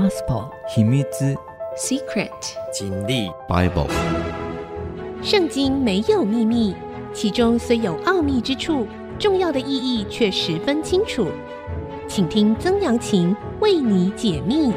Gospel 秘密 Secret 真理 Bible。 圣经没有秘密，其中虽有奥秘之处，重要的意义却十分清楚。请听曾阳晴为你解密。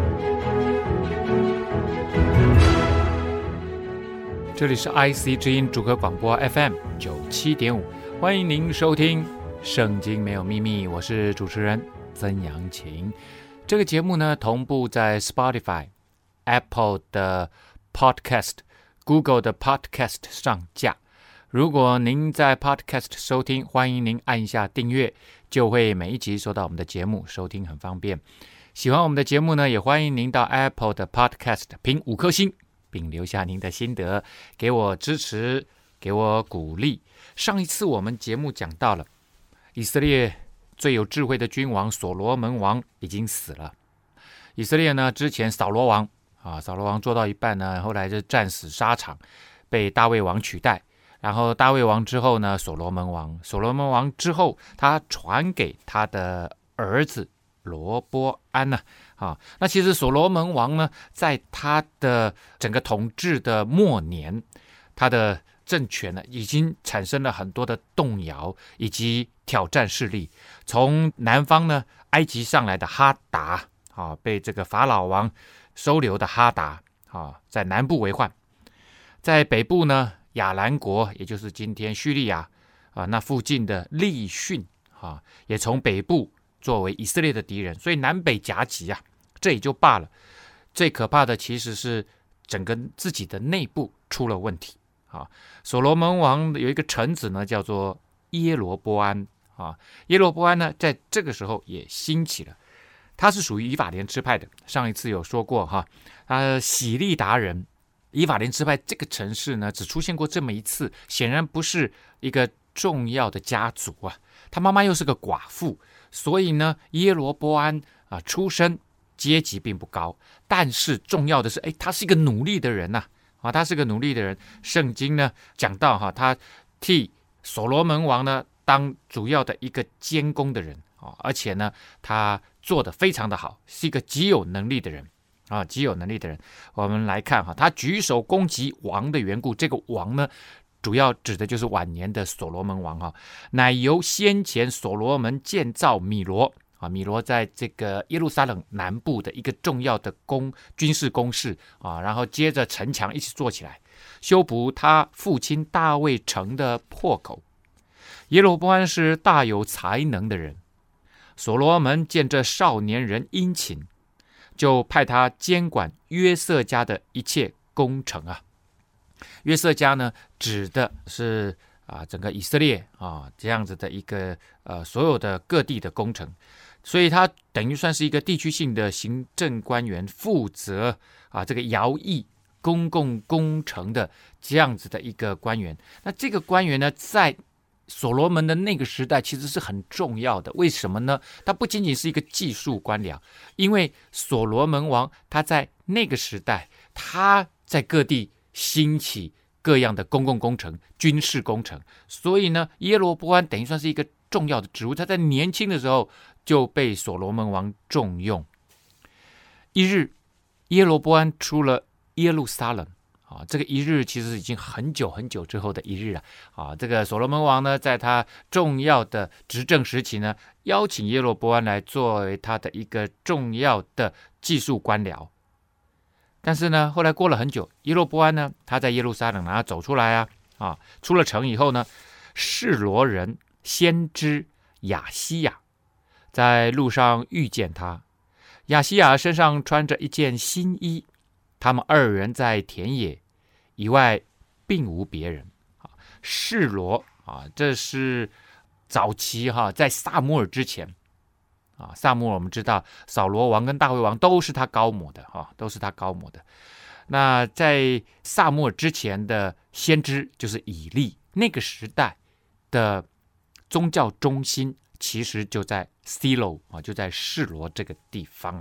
这里是 IC 之音主客广播 FM 97.5，欢迎您收听《圣经没有秘密》，我是主持人曾阳晴。这个节目呢，同步在 Spotify、Apple 的 Podcast、Google 的 Podcast 上架。如果您在 Podcast 收听，欢迎您按一下订阅，就会每一集收到我们的节目，收听很方便。喜欢我们的节目呢，也欢迎您到 Apple 的 Podcast 评5颗星，并留下您的心得，给我支持，给我鼓励。上一次我们节目讲到了以色列最有智慧的君王所罗门王已经死了。以色列呢，之前扫罗王做到一半呢，后来就战死沙场，被大卫王取代。然后大卫王之后呢，所罗门王之后，他传给他的儿子罗波安呢。那其实所罗门王呢，在他的整个统治的末年，他的政权呢，已经产生了很多的动摇以及挑战势力。从南方呢，埃及上来的哈达被这个法老王收留的哈达在南部为患。在北部呢，亚兰国，也就是今天叙利亚那附近的利逊也从北部作为以色列的敌人，所以南北夹击这也就罢了。最可怕的其实是整个自己的内部出了问题。所罗门王有一个臣子呢，叫做耶罗波安耶罗波安呢，在这个时候也兴起了。他是属于以法莲支派的，上一次有说过喜利达人。以法莲支派这个城市呢，只出现过这么一次，显然不是一个重要的家族他妈妈又是个寡妇，所以呢，耶罗波安出身阶级并不高，但是重要的是，他是一个努力的人他是个努力的人。圣经呢讲到他替所罗门王呢当主要的一个监工的人而且呢，他做得非常的好，是一个极有能力的人。我们来看他举手攻击王的缘故，这个王呢，主要指的就是晚年的所罗门王乃由先前所罗门建造米罗米罗在这个耶路撒冷南部的一个重要的军事工事然后接着城墙一起做起来，修补他父亲大卫城的破口。耶罗波安是大有才能的人，所罗门见这少年人殷勤，就派他监管约瑟家的一切工程约瑟家呢，指的是整个以色列这样子的一个所有的各地的工程，所以他等于算是一个地区性的行政官员，负责这个徭役公共工程的这样子的一个官员。那这个官员呢，在所罗门的那个时代其实是很重要的。为什么呢？他不仅仅是一个技术官僚，因为所罗门王他在那个时代，他在各地兴起各样的公共工程、军事工程，所以呢，耶罗波安等于算是一个重要的职务。他在年轻的时候就被所罗门王重用。一日，耶罗波安出了耶路撒冷这个一日其实已经很久很久之后的一日这个所罗门王呢，在他重要的执政时期呢，邀请耶罗波安来作为他的一个重要的技术官僚。但是呢，后来过了很久，耶罗波安呢，他在耶路撒冷走出来出了城以后呢，示罗人先知亚西亚在路上遇见他。亚西亚身上穿着一件新衣，他们二人在田野以外并无别人。示罗这是早期在撒母耳之前撒母耳我们知道扫罗王跟大卫王都是他高抹的那在撒母耳之前的先知就是以利，那个时代的宗教中心其实就在西罗就在示罗这个地方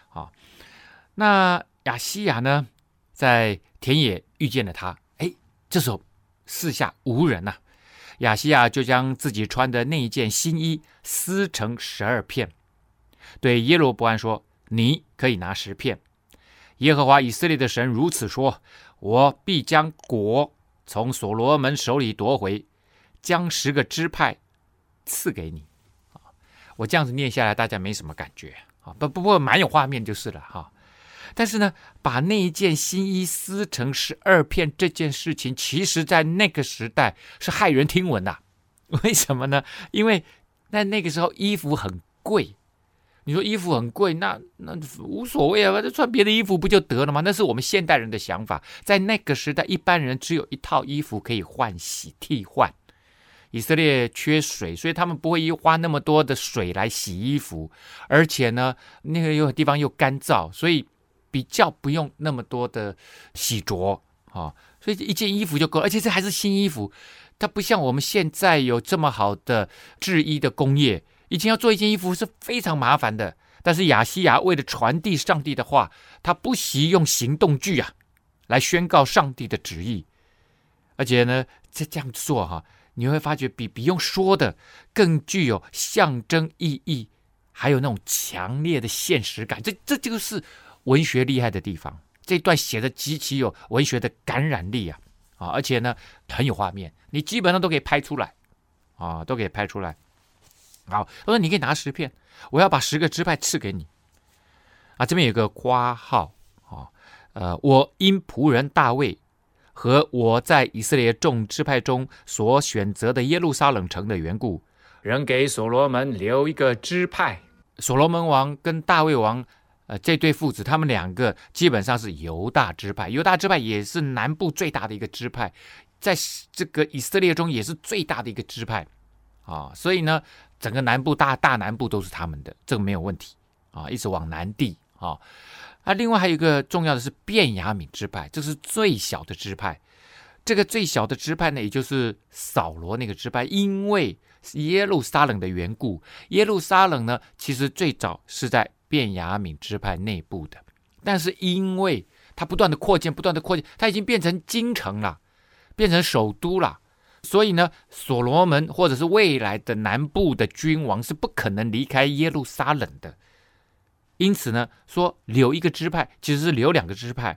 那亚西亚呢，在田野遇见了他，这时候四下无人亚西亚就将自己穿的那一件新衣撕成12片，对耶罗波安说：“ 你可以拿10片。耶和华以色列的神如此说，我必将国从所罗门手里夺回，将10个支派赐给你。我这样子念下来，大家没什么感觉啊，不过蛮有画面就是了哈。但是呢，把那一件新衣撕成12片这件事情，其实在那个时代是骇人听闻的。为什么呢？因为在那个时候衣服很贵。你说衣服很贵，那无所谓啊，穿别的衣服不就得了吗？那是我们现代人的想法。在那个时代，一般人只有一套衣服可以换洗替换。以色列缺水，所以他们不会花那么多的水来洗衣服，而且呢，那个有地方又干燥，所以比较不用那么多的洗濯啊，所以一件衣服就够了，而且这还是新衣服。它不像我们现在有这么好的制衣的工业。以前要做一件衣服是非常麻烦的，但是亚西亚为了传递上帝的话，他不惜用行动剧来宣告上帝的旨意。而且呢，这样做你会发觉比用说的更具有象征意义，还有那种强烈的现实感。这就是文学厉害的地方。这一段写的极其有文学的感染力而且呢很有画面，你基本上都可以拍出来都可以拍出来。好，他说你可以拿10片，我要把10个支派赐给你。这边有个括号我因仆人大卫和我在以色列众支派中所选择的耶路撒冷城的缘故，仍给所罗门留一个支派。所罗门王跟大卫王这对父子，他们2个基本上是犹大支派。犹大支派也是南部最大的一个支派，在这个以色列中也是最大的一个支派所以呢，整个南部大南部都是他们的，这个没有问题一直往南地另外还有一个重要的是便雅悯支派，这是最小的支派。这个最小的支派呢，也就是扫罗那个支派，因为耶路撒冷的缘故，耶路撒冷呢其实最早是在便雅悯支派内部的，但是因为它不断的扩建，它已经变成京城了，变成首都了。所以呢，所罗门或者是未来的南部的君王是不可能离开耶路撒冷的。因此呢，说留一个支派，其实是留2个支派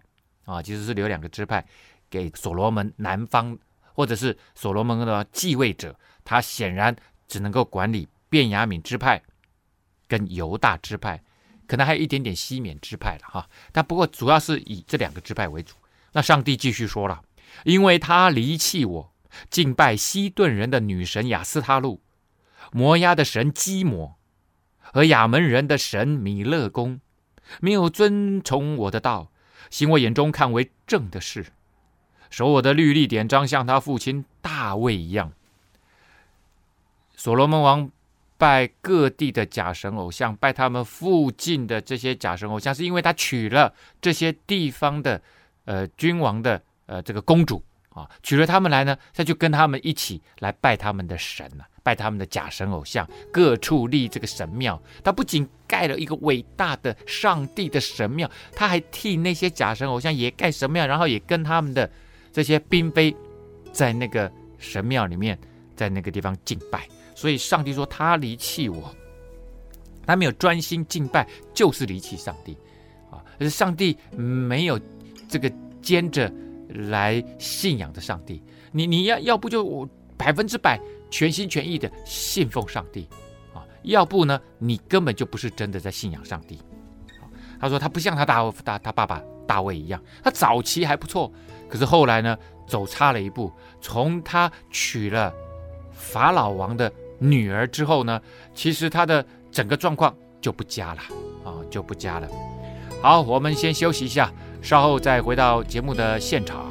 给所罗门南方，或者是所罗门的继位者，他显然只能够管理便雅悯支派跟犹大支派，可能还有一点点西缅支派了但不过主要是以这2个支派为主。那上帝继续说了，因为他离弃我，敬拜西顿人的女神亚斯他路，摩押的神基摩和亚门人的神米勒公，没有遵从我的道，行我眼中看为正的事，守我的律例典章，像他父亲大卫一样。所罗门王拜各地的假神偶像，拜他们附近的这些假神偶像，是因为他娶了这些地方的君王的这个公主娶了他们来呢，他就跟他们一起来拜他们的神拜他们的假神偶像，各处立这个神庙。他不仅盖了一个伟大的上帝的神庙，他还替那些假神偶像也盖神庙，然后也跟他们的这些嫔妃在那个神庙里面，在那个地方敬拜。所以上帝说他离弃我，他没有专心敬拜，就是离弃上帝而上帝没有这个兼着来信仰的上帝。你要不就我100%全心全意的信奉上帝要不呢你根本就不是真的在信仰上帝他说他不像他爸爸大卫一样，他早期还不错，可是后来呢走差了一步。从他娶了法老王的女儿之后呢，其实他的整个状况就不佳了好，我们先休息一下，稍后再回到节目的现场。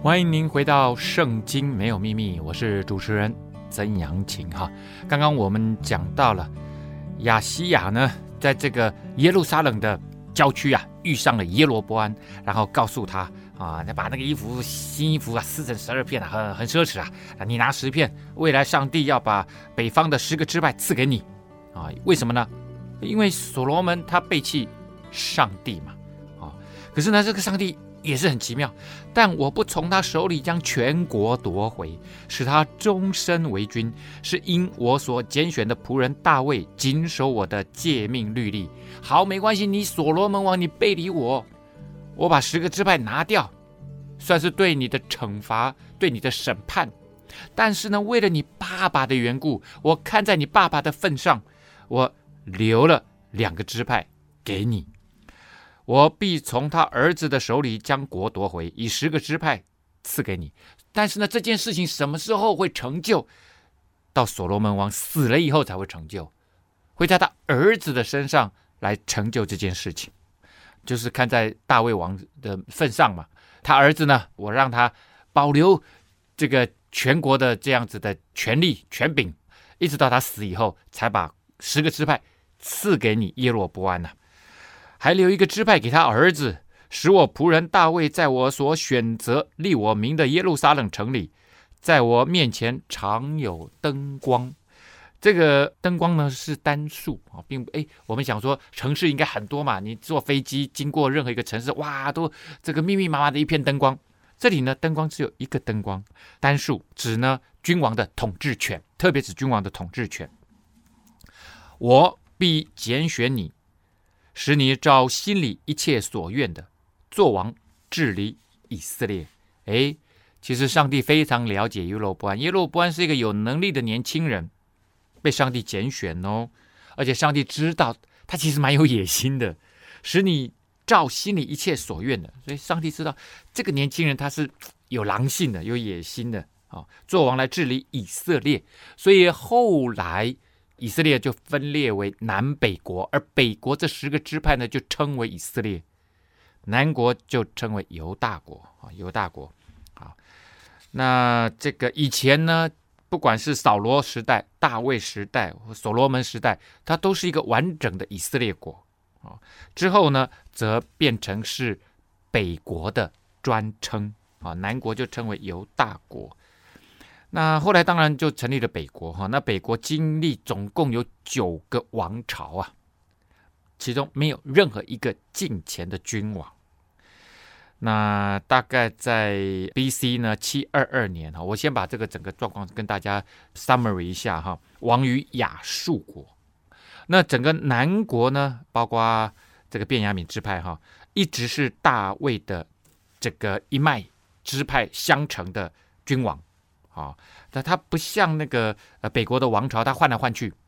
欢迎您回到圣经没有秘密，我是主持人曾阳晴哈。刚刚我们讲到了亚西亚呢，在这个耶路撒冷的郊区啊，遇上了耶罗波安，然后告诉他啊，把那个新衣服啊撕成12片啊，很奢侈啊，你拿10片，未来上帝要把北方的10个支派赐给你啊。为什么呢？因为所罗门他背弃上帝嘛啊。可是呢，这个上帝也是很奇妙，但我不从他手里将全国夺回，使他终身为君，是因我所拣选的仆人大卫谨守我的诫命律例。好，没关系，你所罗门王你背离我，我把10个支派拿掉，算是对你的惩罚，对你的审判。但是呢，为了你爸爸的缘故，我看在你爸爸的份上，我留了2个支派给你。我必从他儿子的手里将国夺回，以10个支派赐给你。但是呢，这件事情什么时候会成就？到所罗门王死了以后才会成就，会在他儿子的身上来成就这件事情，就是看在大卫王的份上嘛。他儿子呢，我让他保留这个全国的这样子的权力权柄，一直到他死以后，才把10个支派赐给你耶罗波安还留1个支派给他儿子，使我仆人大卫在我所选择立我名的耶路撒冷城里，在我面前常有灯光。这个灯光呢是单数并我们想说城市应该很多嘛，你坐飞机经过任何一个城市，哇，都这个密密麻麻的一片灯光。这里呢，灯光只有1个灯光，单数，指呢君王的统治权，特别指君王的统治权。我必拣选你，使你照心里一切所愿的做王治理以色列。其实上帝非常了解耶罗波安，耶罗波安是一个有能力的年轻人，被上帝拣选而且上帝知道他其实蛮有野心的，使你照心里一切所愿的。所以上帝知道这个年轻人他是有狼性的，有野心的做王来治理以色列。所以后来以色列就分裂为南北国，而北国这10个支派呢就称为以色列，南国就称为犹大国犹大国。好，那这个以前呢，不管是扫罗时代、大卫时代或所罗门时代，它都是一个完整的以色列国之后呢，则变成是北国的专称南国就称为犹大国。那后来当然就成立了北国那北国经历总共有9个王朝其中没有任何一个敬虔的君王。那大概在 BC 呢722年我先把这个整个状况跟大家 summary 一下亡于亚述国。那整个南国呢，包括这个便雅悯支派一直是大卫的这个一脉支派相承的君王但他不像那个北国的王朝，他换来换去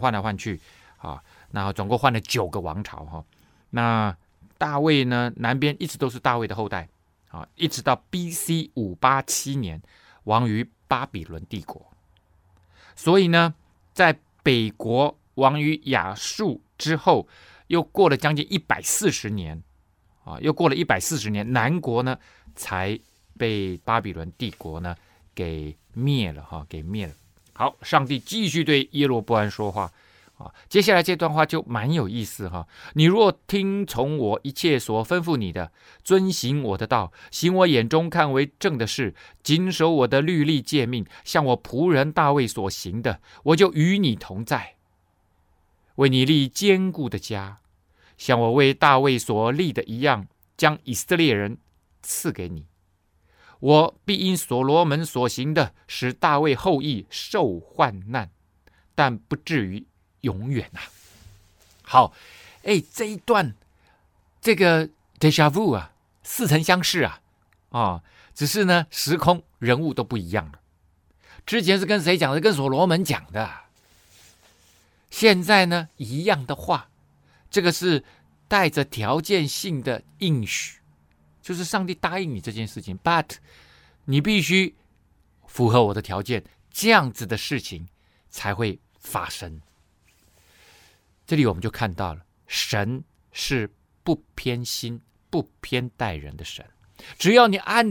那总共换了9个王朝那大卫呢，南边一直都是大卫的后代一直到 BC 587年亡于巴比伦帝国。所以呢，在北国亡于亚述之后，又过了将近140年南国呢才被巴比伦帝国呢给灭了。好，上帝继续对耶罗波安说话接下来这段话就蛮有意思你若听从我一切所吩咐你的，遵行我的道，行我眼中看为正的事，谨守我的律例诫命，像我仆人大卫所行的，我就与你同在，为你立坚固的家，像我为大卫所立的一样，将以色列人赐给你。我必因所罗门所行的，使大卫后裔受患难，但不至于永远好，这一段这个 déjà vu 似曾相识只是呢时空人物都不一样了。之前是跟谁讲的？跟所罗门讲的。现在呢一样的话，这个是带着条件性的应许，就是上帝答应你这件事情 ，but 你必须符合我的条件，这样子的事情才会发生。这里我们就看到了，神是不偏心、不偏待人的神。只要你按着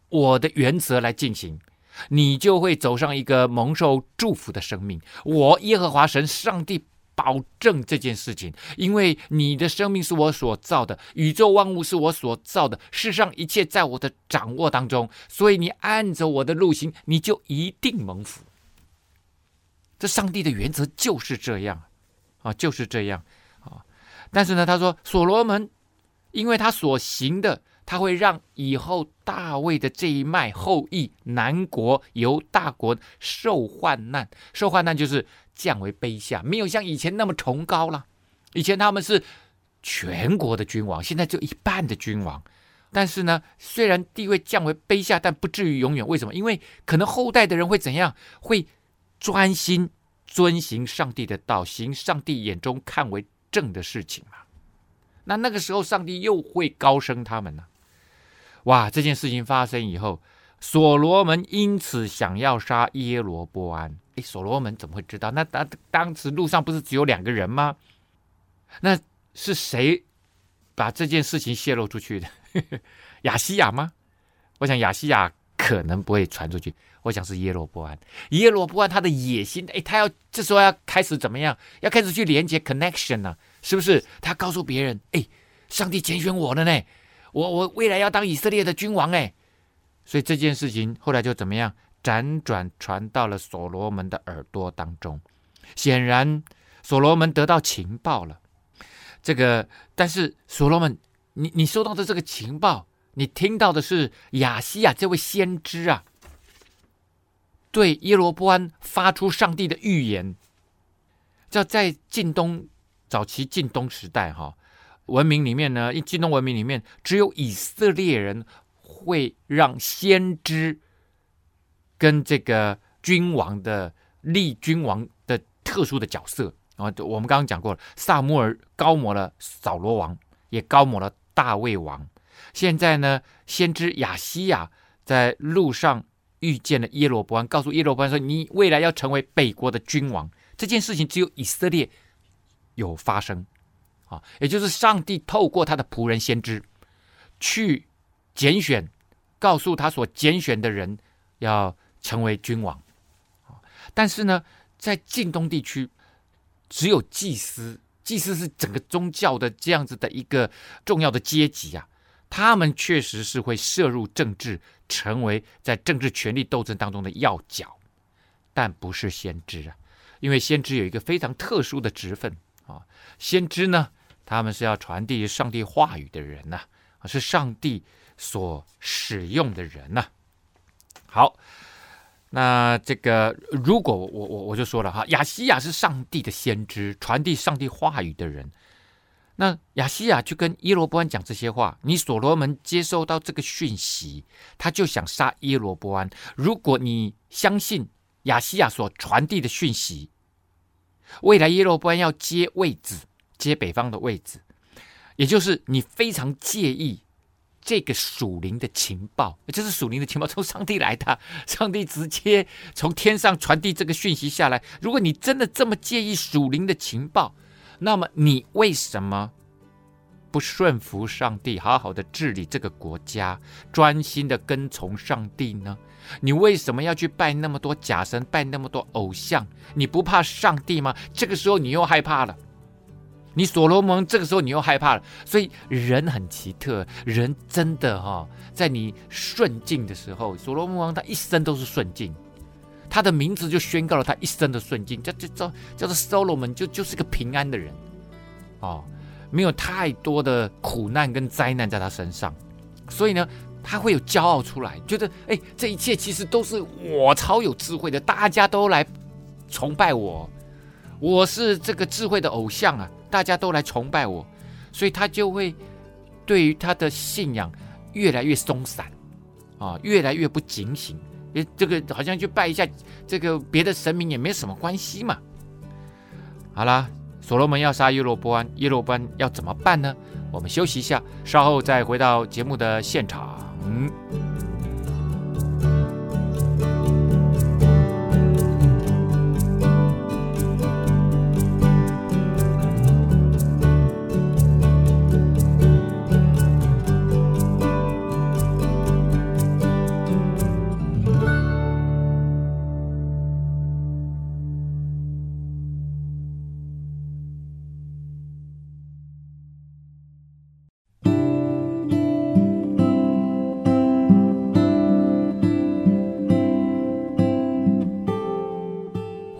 我的原则来进行，你就会走上一个蒙受祝福的生命。我耶和华神上帝保证这件事情，因为你的生命是我所造的，宇宙万物是我所造的，世上一切在我的掌握当中，所以你按着我的路行，你就一定蒙福。这上帝的原则就是这样啊，就是这样啊。但是呢，他说所罗门因为他所行的，他会让以后大卫的这一脉后裔南国犹大国受患难。受患难就是降为卑下，没有像以前那么崇高了。以前他们是全国的君王，现在就一半的君王。但是呢，虽然地位降为卑下，但不至于永远。为什么？因为可能后代的人会怎样？会专心遵行上帝的道，行上帝眼中看为正的事情嘛。那个时候上帝又会高升他们呢。哇，这件事情发生以后，所罗门因此想要杀耶罗波安。所罗门怎么会知道？那当时路上不是只有2个人吗？那是谁把这件事情泄露出去的？亚西亚吗？我想亚西亚可能不会传出去，我想是耶罗波安。耶罗波安他的野心，他这时候要开始怎么样？要开始去连接 connection 呢、是不是？他告诉别人，上帝拣选我了呢，我未来要当以色列的君王哎。所以这件事情后来就怎么样？辗转传到了所罗门的耳朵当中。显然所罗门得到情报了。但是所罗门，你收到的这个情报，你听到的是亚西亚这位先知啊，对耶罗波安发出上帝的预言。在早期近东时代文明里面呢，近东文明里面只有以色列人会让先知跟这个立君王的特殊的角色我们刚刚讲过了，撒母耳高摩了扫罗王，也高摩了大卫王。现在呢，先知亚西亚在路上遇见了耶罗波安，告诉耶罗波安说，你未来要成为北国的君王。这件事情只有以色列有发生也就是上帝透过他的仆人先知去拣选，告诉他所拣选的人要成为君王。但是呢，在近东地区只有祭司是整个宗教的这样子的一个重要的阶级啊，他们确实是会涉入政治，成为在政治权力斗争当中的要角，但不是先知啊。因为先知有一个非常特殊的职分先知呢，他们是要传递上帝话语的人是上帝所使用的人好，那如果我就说了亚西亚是上帝的先知，传递上帝话语的人。那亚西亚就跟耶罗波安讲这些话，你所罗门接受到这个讯息，他就想杀耶罗波安。如果你相信亚西亚所传递的讯息，未来耶罗波安要接北方的位置，也就是你非常介意这个属灵的情报，这是属灵的情报，从上帝来的，上帝直接从天上传递这个讯息下来。如果你真的这么介意属灵的情报，那么你为什么不顺服上帝，好好的治理这个国家，专心的跟从上帝呢？你为什么要去拜那么多假神，拜那么多偶像？你不怕上帝吗？这个时候你又害怕了，你所罗门这个时候你又害怕了。所以人很奇特，人真的在你顺境的时候，所罗门王他一生都是顺境，他的名字就宣告了他一生的顺境，叫做 Solomon， 就是个平安的人没有太多的苦难跟灾难在他身上。所以呢，他会有骄傲出来，觉得这一切其实都是我超有智慧的，大家都来崇拜我，我是这个智慧的偶像啊，大家都来崇拜我。所以他就会对于他的信仰越来越松散越来越不警醒，这个好像去拜一下这个别的神明也没什么关系嘛。好啦，所罗门要杀耶罗波安，耶罗波安要怎么办呢？我们休息一下，稍后再回到节目的现场。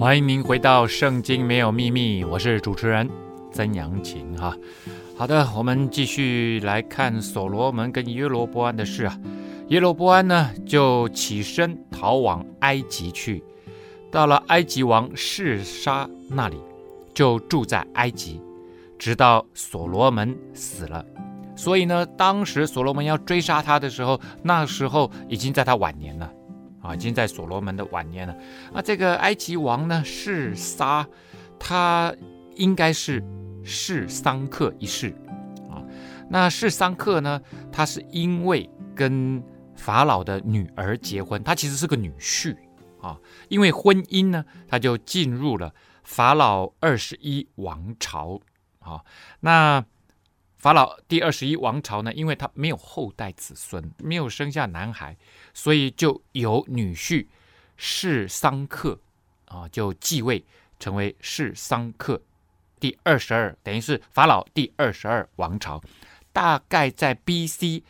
欢迎您回到圣经没有秘密，我是主持人曾阳晴哈。好的，我们继续来看所罗门跟耶罗波安的事啊。耶罗波安呢就起身逃往埃及去，到了埃及王示沙那里，就住在埃及，直到所罗门死了。所以呢，当时所罗门要追杀他的时候，那时候已经在他晚年了已经在所罗门的晚年了。这个埃及王呢示沙，他应该是示桑克一世那示桑克呢，他是因为跟法老的女儿结婚，他其实是个女婿因为婚姻呢，他就进入了法老21王朝那法老第21王朝呢，因为他没有后代子孙，没有生下男孩，所以就由女婿示桑克就继位，成为示桑克第22，等于是法老第22王朝。大概在 BC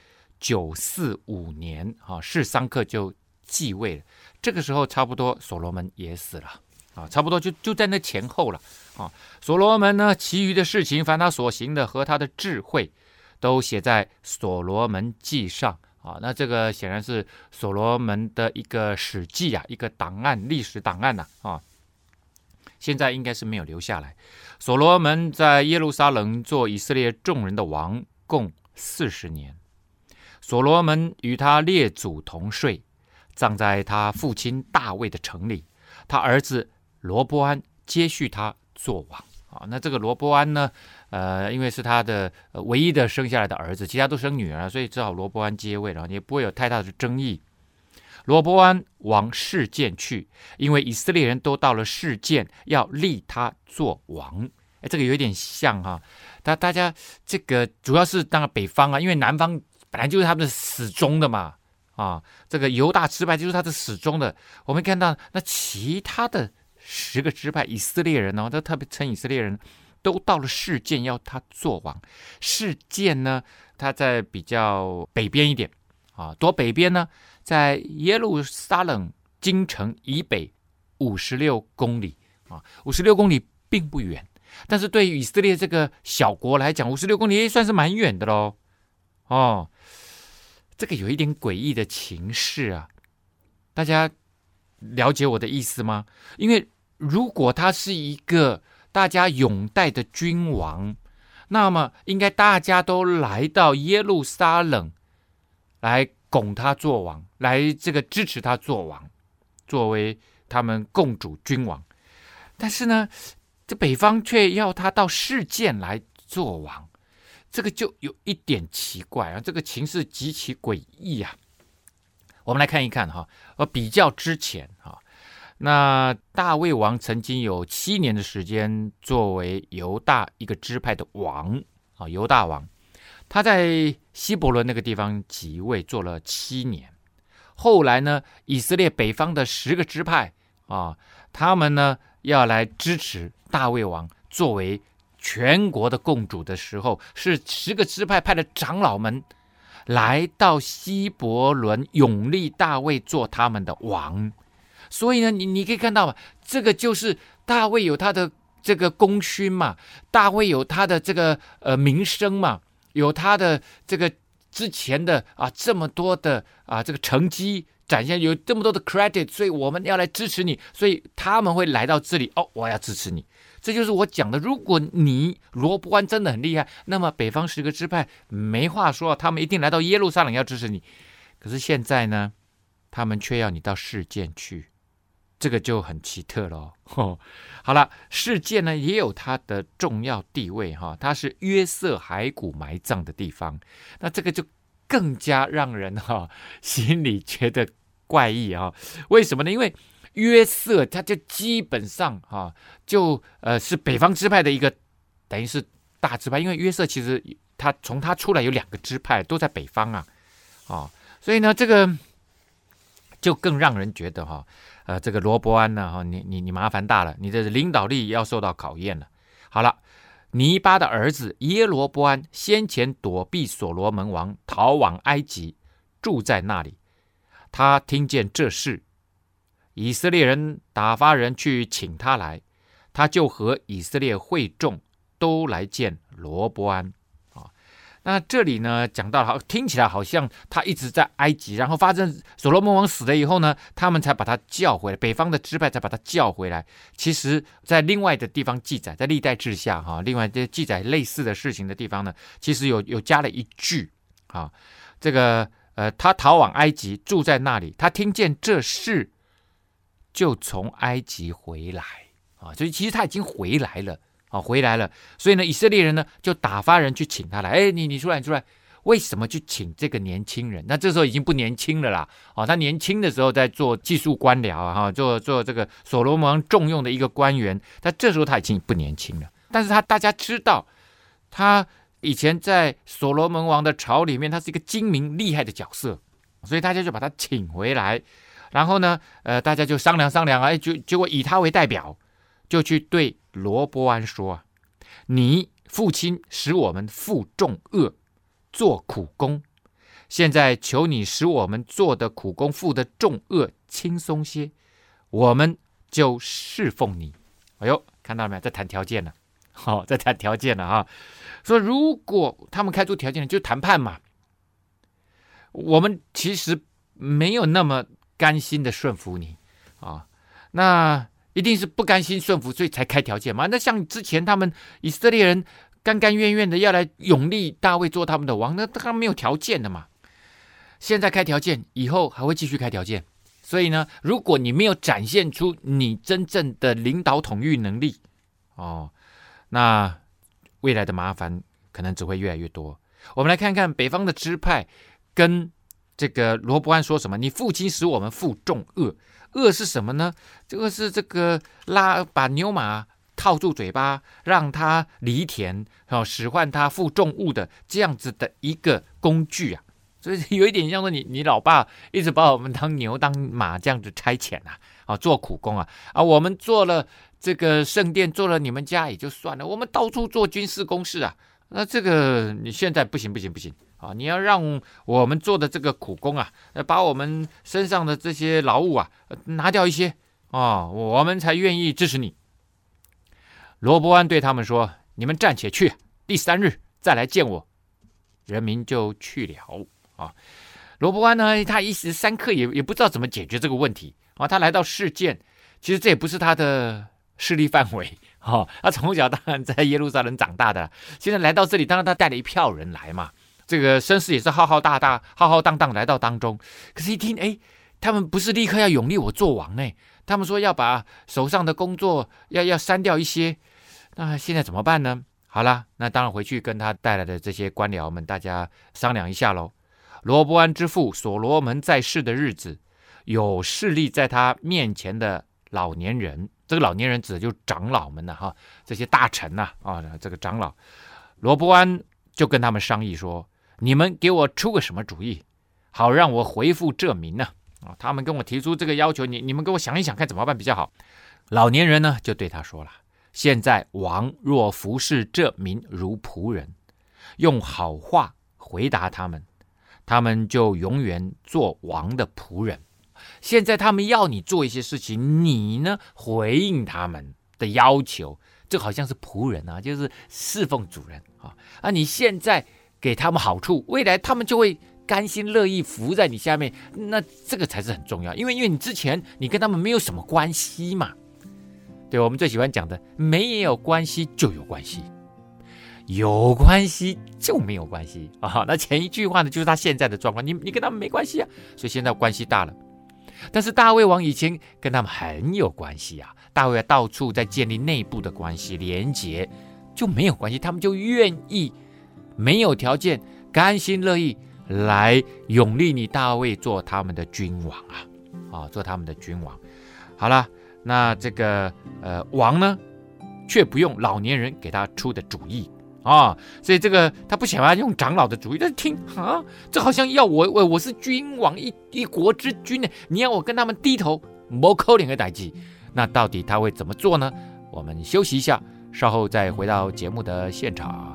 945年示桑克就继位了。这个时候差不多所罗门也死了差不多就在那前后了所罗门呢，其余的事情，凡他所行的和他的智慧，都写在所罗门记上那这个显然是所罗门的一个史记一个档案，历史档案现在应该是没有留下来。所罗门在耶路撒冷做以色列众人的王，共40年。所罗门与他列祖同睡，葬在他父亲大卫的城里。他儿子罗波安接续他做王那这个罗波安呢，因为是他的唯一的生下来的儿子，其他都生女儿，所以只好罗波安接位了，也不会有太大的争议。罗波安往示剑去，因为以色列人都到了示剑，要立他做王。这个有点像大家这个主要是当然北方因为南方本来就是他们的始终的嘛这个犹大支派就是他的始终的。我们看到那其他的10个支派以色列人他特别称以色列人都到了示剑要他做王。示剑呢，他在比较北边一点多北边呢，在耶路撒冷京城以北56公里56公里并不远，但是对于以色列这个小国来讲，56公里也算是蛮远的咯这个有一点诡异的情势大家了解我的意思吗？因为如果他是一个大家拥戴的君王，那么应该大家都来到耶路撒冷来拱他做王，来这个支持他做王，作为他们共主君王。但是呢，这北方却要他到示剑来做王，这个就有一点奇怪这个情势极其诡异我们来看一看比较之前那大卫王曾经有7年的时间作为犹大一个支派的王犹大王，他在希伯伦那个地方即位做了7年。后来呢，以色列北方的10个支派他们呢要来支持大卫王作为全国的共主的时候，是10个支派派的长老们来到希伯伦拥立大卫做他们的王。所以呢，你可以看到嘛，这个就是大卫有他的这个功勋嘛，大卫有他的这个名声嘛，有他的这个之前的这么多的这个成绩展现，有这么多的 credit， 所以我们要来支持你，所以他们会来到这里我要支持你。这就是我讲的，如果你罗波安真的很厉害，那么北方10个支派没话说，他们一定来到耶路撒冷要支持你。可是现在呢，他们却要你到示剑去，这个就很奇特了好了，示剑呢也有它的重要地位它是约瑟骸骨埋葬的地方。那这个就更加让人心里觉得怪异为什么呢？因为约瑟他就基本上是北方支派的一个等于是大支派，因为约瑟其实从他出来有2个支派都在北方所以呢这个就更让人觉得这个罗波安呢你麻烦大了，你的领导力要受到考验了。好了，尼巴的儿子耶罗波安先前躲避所罗门王，逃往埃及，住在那里。他听见这事， 以色列人打发人去请他来，他就和以色列会众都来见罗波安。那这里呢讲到，听起来好像他一直在埃及，然后发生所罗门王死了以后呢，他们才把他叫回来，北方的支派才把他叫回来。其实在另外的地方记载，在历代志下另外记载类似的事情的地方呢，其实有加了一句这个他逃往埃及，住在那里，他听见这事就从埃及回来所以其实他已经回来了，所以呢，以色列人呢就打发人去请他来。你出来，为什么去请这个年轻人？那这时候已经不年轻了啦。他年轻的时候在做技术官僚做这个所罗门王重用的一个官员，但这时候他已经不年轻了。但是大家知道，他以前在所罗门王的朝里面，他是一个精明厉害的角色，所以大家就把他请回来。然后呢，大家就商量，结果以他为代表，就去对罗波安说你父亲使我们负重恶，做苦工，现在求你使我们做的苦工负的重恶轻松些，我们就侍奉你。哎呦，看到了没有？在谈条件了，在谈条件了说如果他们开出条件就谈判嘛，我们其实没有那么甘心的顺服你那一定是不甘心顺服，所以才开条件嘛。那像之前他们以色列人甘甘愿愿的要来拥立大卫做他们的王，那他们没有条件的嘛。现在开条件，以后还会继续开条件。所以呢，如果你没有展现出你真正的领导统御能力那未来的麻烦可能只会越来越多。我们来看看北方的支派跟这个罗波安说什么？你父亲使我们负重恶。恶是什么呢？这个是这个把牛马套住嘴巴，让它犁田使唤它负重物的这样子的一个工具所以有一点像说你老爸一直把我们当牛当马这样子差遣做苦工我们做了这个圣殿，做了你们家也就算了，我们到处做军事工事那这个你现在不行你要让我们做的这个苦工把我们身上的这些劳务拿掉一些我们才愿意支持你。罗波安对他们说，你们暂且去，第3日再来见我。人民就去了罗波安呢，他一时三刻也不知道怎么解决这个问题他来到示剑，其实这也不是他的势力范围他从小当然在耶路撒冷长大的，现在来到这里，当然他带了一票人来嘛，这个声势也是浩浩荡荡来到当中。可是一听他们不是立刻要拥立我做王呢，他们说要把手上的工作要删掉一些，那现在怎么办呢？好了，那当然回去跟他带来的这些官僚们大家商量一下咯。罗波安之父所罗门在世的日子，有势力在他面前的老年人，这个老年人指的就是长老们这些大臣这个长老，罗波安就跟他们商议说，你们给我出个什么主意，好让我回复这民呢？他们跟我提出这个要求，你们给我想一想看怎么办比较好。老年人呢就对他说了，现在王若服侍这民如仆人，用好话回答他们，他们就永远做王的仆人。现在他们要你做一些事情，你呢回应他们的要求，这好像是仆人就是侍奉主人你现在给他们好处，未来他们就会甘心乐意服在你下面，那这个才是很重要。因为你之前你跟他们没有什么关系嘛。对，我们最喜欢讲的，没有关系就有关系，有关系就没有关系那前一句话呢，就是他现在的状况，你跟他们没关系所以现在关系大了。但是大卫王以前跟他们很有关系大卫到处在建立内部的关系连结，就没有关系，他们就愿意没有条件甘心乐意来拥立你大卫做他们的君王做他们的君王。好了，那这个王呢却不用老年人给他出的主意所以这个他不想要用长老的主意，但是听这好像要我是君王，一国之君呢，你要我跟他们低头，没可能的代志。那到底他会怎么做呢？我们休息一下，稍后再回到节目的现场。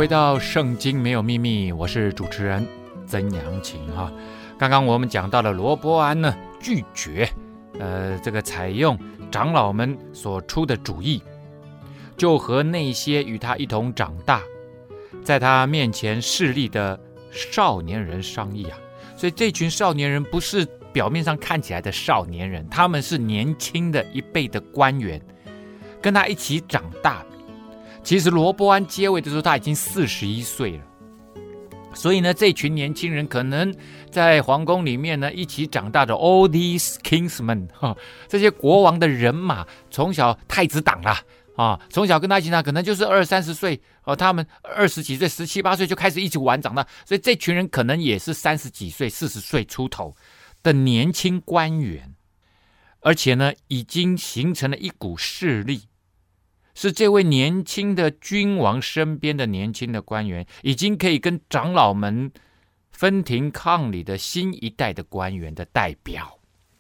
回到圣经没有秘密，我是主持人曾阳晴哈。刚刚我们讲到了罗波安呢拒绝这个采用长老们所出的主意，就和那些与他一同长大，在他面前势力的少年人商议啊。所以这群少年人不是表面上看起来的少年人，他们是年轻的一辈的官员，跟他一起长大。其实罗波安接位的时候他已经41岁了，所以呢，这群年轻人可能在皇宫里面呢一起长大的 all these kingsmen 这些国王的人马，从小太子党啦从小跟他一起长，可能就是20-30岁他们20几岁17、18岁就开始一起玩长大，所以这群人可能也是30几岁40岁出头的年轻官员，而且呢已经形成了一股势力，是这位年轻的君王身边的年轻的官员，已经可以跟长老们分庭抗礼的新一代的官员的代表。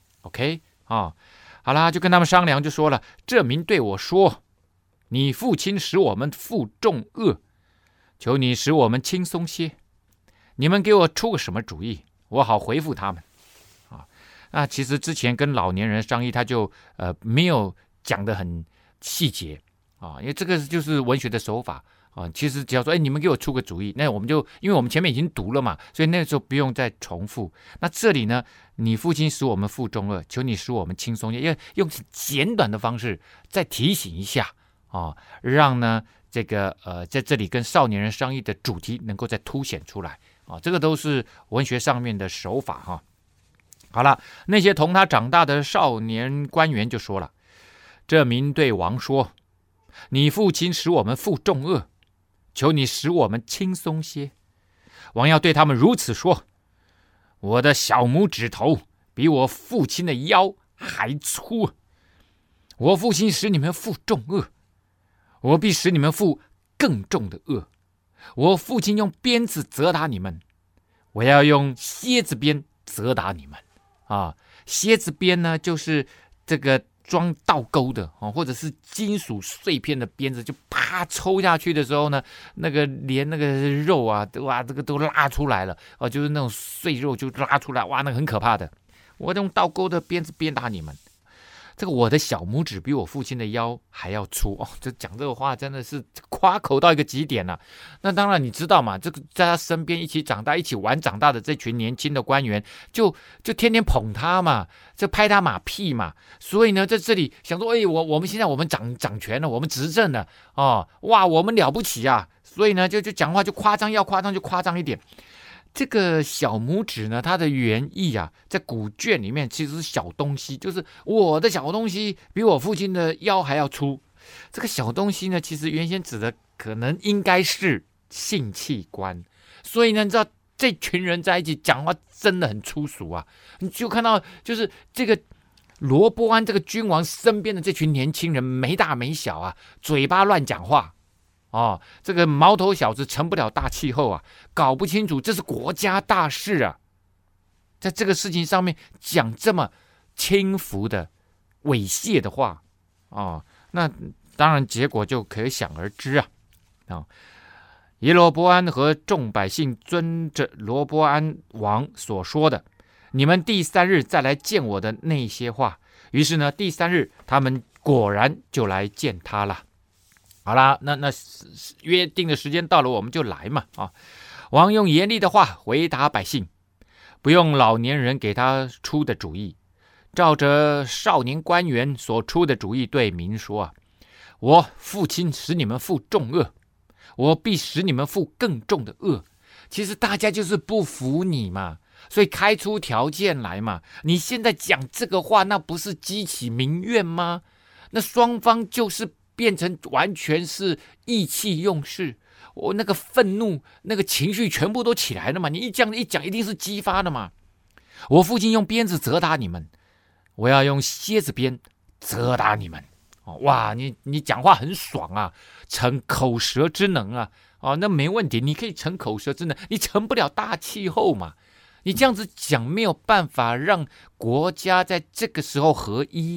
OK 好啦，就跟他们商量，就说了，这民对我说，你父亲使我们负重恶，求你使我们轻松些，你们给我出个什么主意，我好回复他们那其实之前跟老年人商议，他就没有讲得很细节因为这个就是文学的手法其实只要说你们给我出个主意，那我们就因为我们前面已经读了嘛，所以那个时候不用再重复。那这里呢，你父亲使我们负重恶，求你使我们轻松，因为用简短的方式再提醒一下让呢这个在这里跟少年人商议的主题能够再凸显出来这个都是文学上面的手法好了，那些同他长大的少年官员就说了，这民对王说，你父亲使我们负重恶，求你使我们轻松些。王要对他们如此说，我的小拇指头比我父亲的腰还粗，我父亲使你们负重恶，我必使你们负更重的恶。我父亲用鞭子责打你们，我要用蝎子鞭责打你们蝎子鞭呢，就是这个装倒钩的或者是金属碎片的鞭子，就啪抽下去的时候呢，那个连那个肉哇，这个都拉出来了就是那种碎肉就拉出来，哇，那个很可怕的。我用倒钩的鞭子鞭打你们，这个我的小拇指比我父亲的腰还要粗这讲这个话真的是夸口到一个极点了那当然你知道嘛，这个在他身边一起长大一起玩长大的这群年轻的官员就天天捧他嘛，就拍他马屁嘛，所以呢在这里想说我们现在我们掌权了，我们执政了哇我们了不起啊，所以呢就讲话就夸张，要夸张就夸张一点。这个小拇指呢，它的原意在古卷里面其实是小东西，就是我的小东西比我父亲的腰还要粗。这个小东西呢，其实原先指的可能应该是性器官，所以呢，你知道这群人在一起讲话真的很粗俗你就看到就是这个罗波安这个君王身边的这群年轻人没大没小嘴巴乱讲话。这个毛头小子成不了大气候搞不清楚这是国家大事在这个事情上面讲这么轻浮的猥亵的话那当然结果就可想而知耶罗波安和众百姓遵着罗波安王所说的，你们第3日再来见我的那些话。于是呢，第3日他们果然就来见他了。好啦，那约定的时间到了，我们就来嘛王用严厉的话回答百姓，不用老年人给他出的主意，照着少年官员所出的主意对民说我父亲使你们负重恶，我必使你们负更重的恶。其实大家就是不服你嘛，所以开出条件来嘛。你现在讲这个话，那不是激起民怨吗？那双方就是变成完全是意气用事，我那个愤怒那个情绪全部都起来了嘛，你这样一讲一定是激发的嘛。我父亲用鞭子责打你们，我要用蝎子鞭责打你们哇，你讲话很爽逞口舌之能那没问题，你可以逞口舌之能，你成不了大气候嘛。你这样子讲没有办法让国家在这个时候合一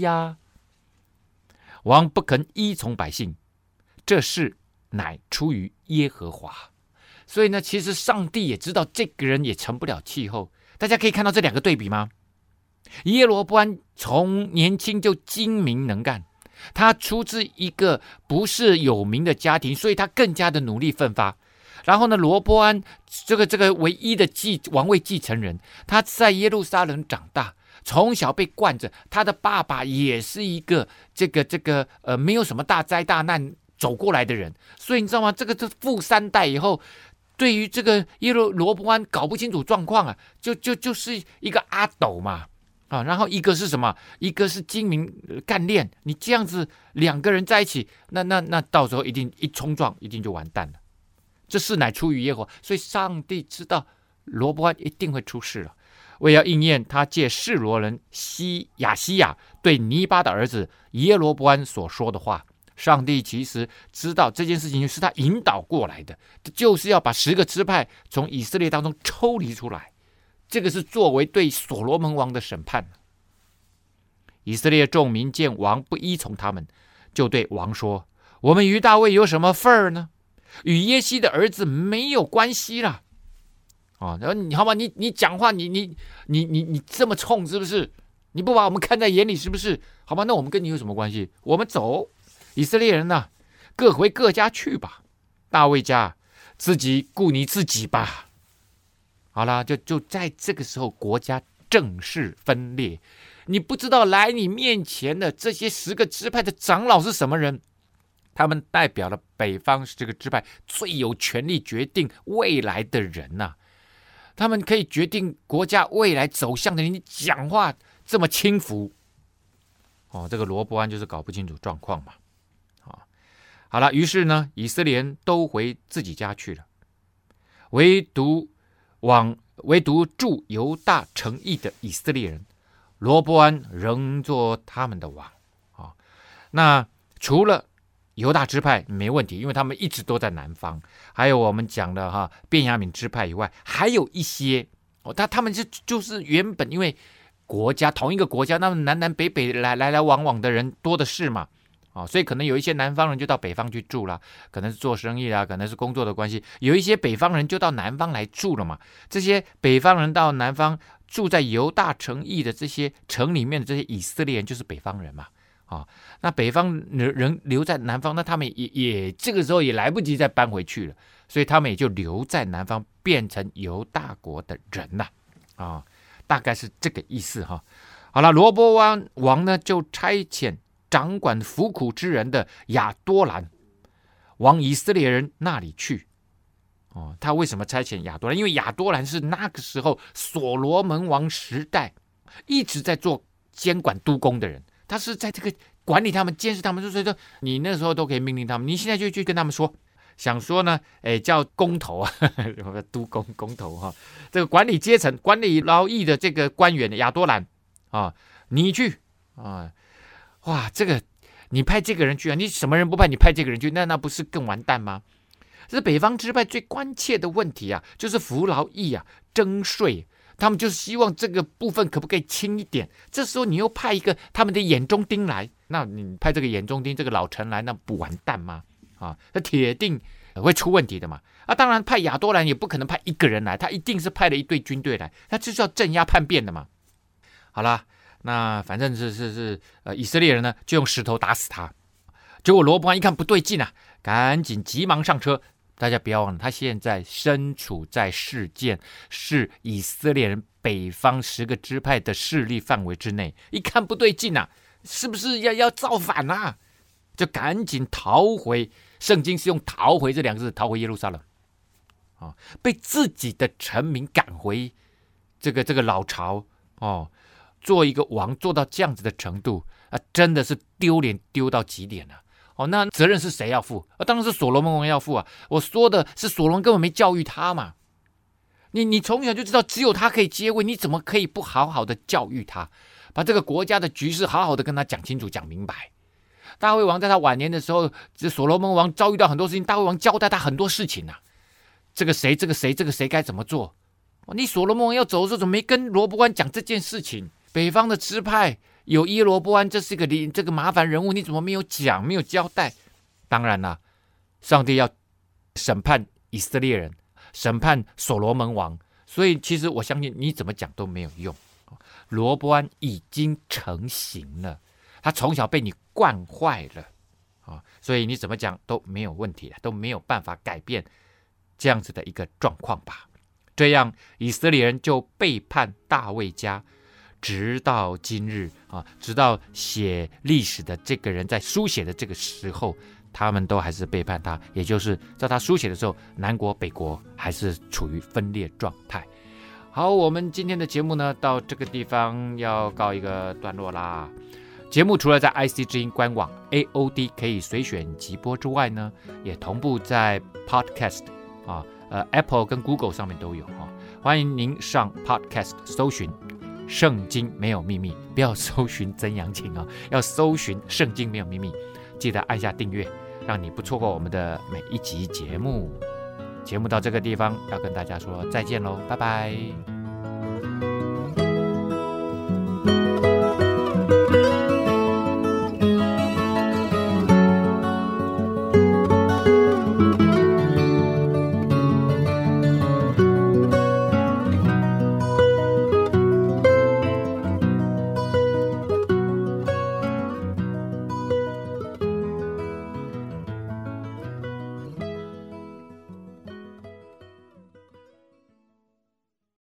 王不肯依从百姓，这事乃出于耶和华。 所以呢，其实上帝也知道这个人也成不了气候。大家可以看到这两个对比吗？耶罗波安从年轻就精明能干，他出自一个不是有名的家庭，所以他更加的努力奋发。然后呢，罗波安这个唯一的王位继承人，他在耶路撒冷长大，从小被惯着，他的爸爸也是一个没有什么大灾大难走过来的人，所以你知道吗？这富三代以后，对于这个罗波安搞不清楚状况啊，就是一个阿斗嘛。然后一个是什么？一个是精明干练，你这样子两个人在一起，那到时候一定一冲撞，一定就完蛋了。这事乃出于耶和华，所以上帝知道罗波安一定会出事了。为要应验他借示罗人亚西亚对尼巴的儿子耶罗波安所说的话，上帝其实知道这件事情是他引导过来的，就是要把10个支派从以色列当中抽离出来。这个是作为对所罗门王的审判。以色列众民见王不依从他们，就对王说：我们与大卫有什么份儿呢？与耶西的儿子没有关系啦。然后你好吧，你讲话你这么冲是不是？你不把我们看在眼里是不是？好吧，那我们跟你有什么关系？我们走，以色列人啊，各回各家去吧。大卫家自己顾你自己吧。好啦，就在这个时候，国家正式分裂。你不知道来你面前的这些10个支派的长老是什么人？他们代表了北方这个支派最有权力决定未来的人呐。他们可以决定国家未来走向的人。你讲话这么轻浮，这个罗波安就是搞不清楚状况嘛。好了，于是呢，以色列人都回自己家去了，唯独驻犹大城邑的以色列人，罗波安仍做他们的王。那除了犹大支派没问题，因为他们一直都在南方，还有我们讲的便雅悯支派以外，还有一些他们就是原本因为同一个国家，那么南北来往的人多的是嘛。所以可能有一些南方人就到北方去住了，可能是做生意啦，可能是工作的关系，有一些北方人就到南方来住了嘛。这些北方人到南方住在犹大城邑的这些城里面的这些以色列人就是北方人嘛。那北方人留在南方，那他们也这个时候也来不及再搬回去了，所以他们也就留在南方，变成犹大国的人了。大概是这个意思哈。好了，罗波安王呢就差遣掌管服苦之人的亚多兰往以色列人那里去。他为什么差遣亚多兰？因为亚多兰是那个时候所罗门王时代一直在做监管督工的人，他是在这个管理他们、监视他们，所以说你那时候都可以命令他们，你现在就去跟他们说，想说呢，叫工头啊，督工工头这个管理阶层、管理劳役的这个官员亚多兰你去哇，这个你派这个人去你什么人不派，你派这个人去，那不是更完蛋吗？这是北方支派最关切的问题就是服劳役征税，他们就是希望这个部分可不可以轻一点。这时候你又派一个他们的眼中钉来，那你派这个眼中钉这个老臣来，那不完蛋吗？那铁定会出问题的嘛。当然派亚多兰也不可能派一个人来，他一定是派了一队军队来，他就是要镇压叛变的嘛。好啦，那反正是以色列人呢就用石头打死他。结果罗波安一看不对劲赶紧急忙上车。大家不要忘了，他现在身处在事件是以色列人北方10个支派的势力范围之内，一看不对劲是不是要造反就赶紧逃回。圣经是用逃回这2个字，逃回耶路撒冷被自己的臣民赶回这个老巢做一个王做到这样子的程度真的是丢脸丢到极点了。那责任是谁要负？当然是所罗门王要负我说的是所罗门根本没教育他嘛。你从小就知道只有他可以接位，你怎么可以不好好的教育他，把这个国家的局势好好的跟他讲清楚讲明白。大卫王在他晚年的时候，这所罗门王遭遇到很多事情，大卫王交代他很多事情这个谁该怎么做。你所罗门王要走的时候怎么没跟罗波安讲这件事情？北方的支派有耶罗波安，这是这个麻烦人物，你怎么没有讲，没有交代？当然啦，上帝要审判以色列人， 审判所罗门王。所以其实我相信你怎么讲都没有用，罗波安已经成型了，他从小被你惯坏了，所以你怎么讲都没有问题，都没有办法改变这样子的一个状况吧。这样以色列人就背叛大卫家，直到今日直到写历史的这个人在书写的这个时候，他们都还是背叛他，也就是在他书写的时候，南国北国还是处于分裂状态。好，我们今天的节目呢，到这个地方要告一个段落啦。节目除了在 IC 之音官网 AOD 可以随选即播之外呢，也同步在 Podcast Apple 跟 Google 上面都有欢迎您上 Podcast 搜寻圣经没有秘密，不要搜寻曾阳晴要搜寻圣经没有秘密，记得按下订阅，让你不错过我们的每一集节目。节目到这个地方要跟大家说再见喽，拜拜。